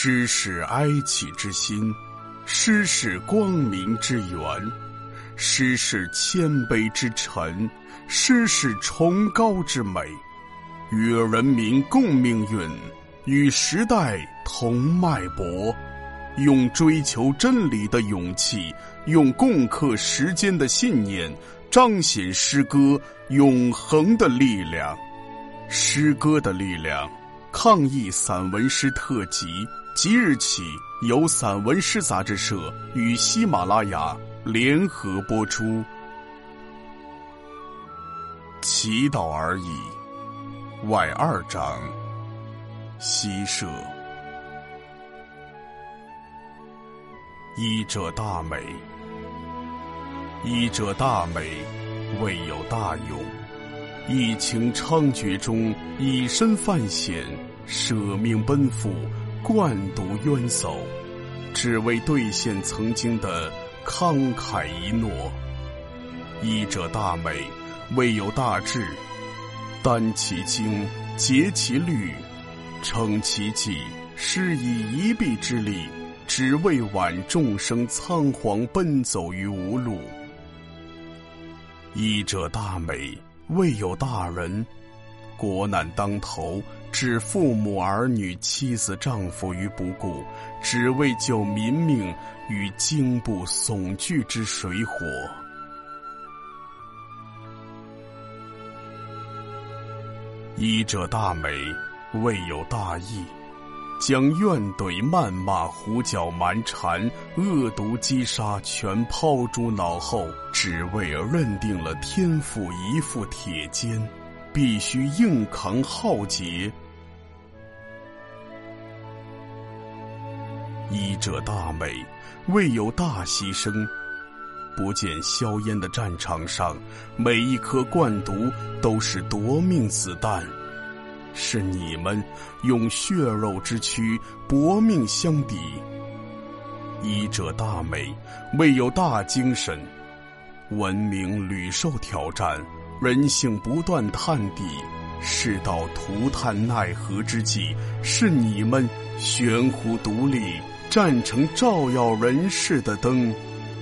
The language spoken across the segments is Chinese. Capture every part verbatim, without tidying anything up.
诗是哀戚之心，诗是光明之源，诗是谦卑之臣，诗是崇高之美，与人民共命运，与时代同脉搏，用追求真理的勇气，用共克时艰的信念，彰显诗歌永恒的力量。诗歌的力量，抗疫散文诗特辑即日起由散文诗杂志社与喜马拉雅联合播出。祈祷而已，外二章，西社。医者大美，医者大美，未有大勇。疫情猖獗中，以身犯险，舍命奔赴，灌毒冤首，只为兑现曾经的慷慨一诺。医者大美，未有大志。担其经，竭其虑，称其计，施以一臂之力，只为挽众生仓皇奔走于无路。医者大美，未有大人。国难当头，置父母儿女妻子丈夫于不顾，只为救民命于惊怖悚惧之水火。医者大美，未有大义。将怨怼、谩骂、胡搅蛮缠、恶毒击杀全抛诸脑后，只为认定了天父一副铁肩，必须硬扛浩劫。医者大美，未有大牺牲。不见硝烟的战场上，每一颗灌毒都是夺命子弹。是你们用血肉之躯搏命相抵。医者大美，未有大精神。文明屡受挑战，人性不断探底，世道涂炭奈何之际，是你们悬壶独立，站成照耀人世的灯。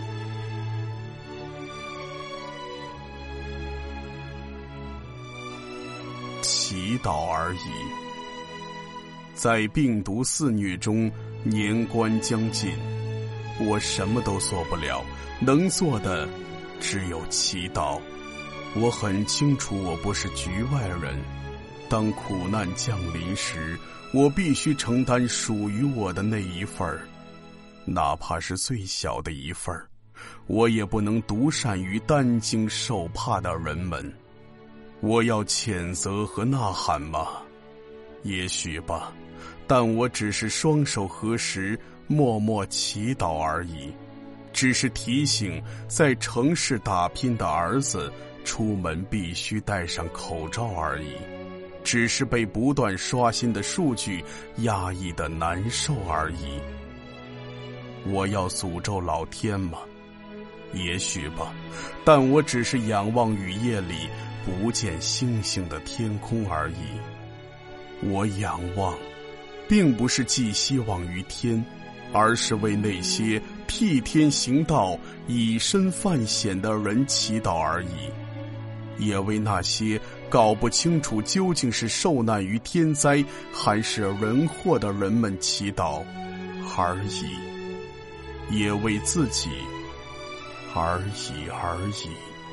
祈祷而已。在病毒肆虐中，年关将近，我什么都做不了，能做的只有祈祷。我很清楚我不是局外人，当苦难降临时，我必须承担属于我的那一份儿，哪怕是最小的一份儿，我也不能独善于担惊受怕的人们。我要谴责和呐喊吗？也许吧，但我只是双手合十，默默祈祷而已，只是提醒在城市打拼的儿子，出门必须戴上口罩而已，只是被不断刷新的数据压抑的难受而已。我要诅咒老天吗？也许吧，但我只是仰望雨夜里不见星星的天空而已。我仰望，并不是寄希望于天，而是为那些替天行道、以身犯险的人祈祷而已，也为那些搞不清楚究竟是受难于天灾还是人祸的人们祈祷而已，也为自己而已而已。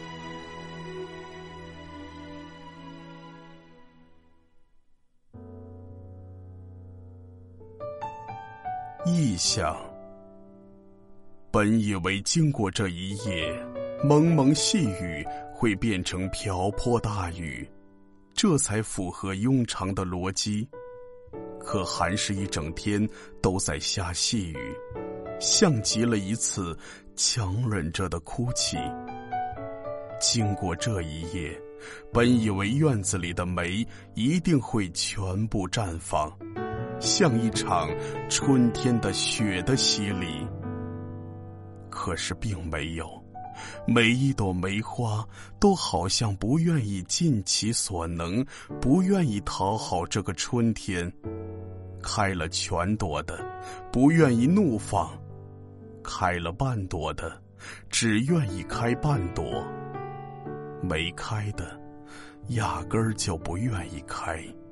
意象。本以为经过这一夜，蒙蒙细雨会变成瓢泼大雨，这才符合庸常的逻辑。可还是一整天都在下细雨，像极了一次强忍着的哭泣。经过这一夜，本以为院子里的梅一定会全部绽放，像一场春天的雪的洗礼。可是并没有，每一朵梅花都好像不愿意尽其所能，不愿意讨好这个春天。 开了全朵的，不愿意怒放；开了半朵的，只愿意开半朵；没开的，压根儿就不愿意开。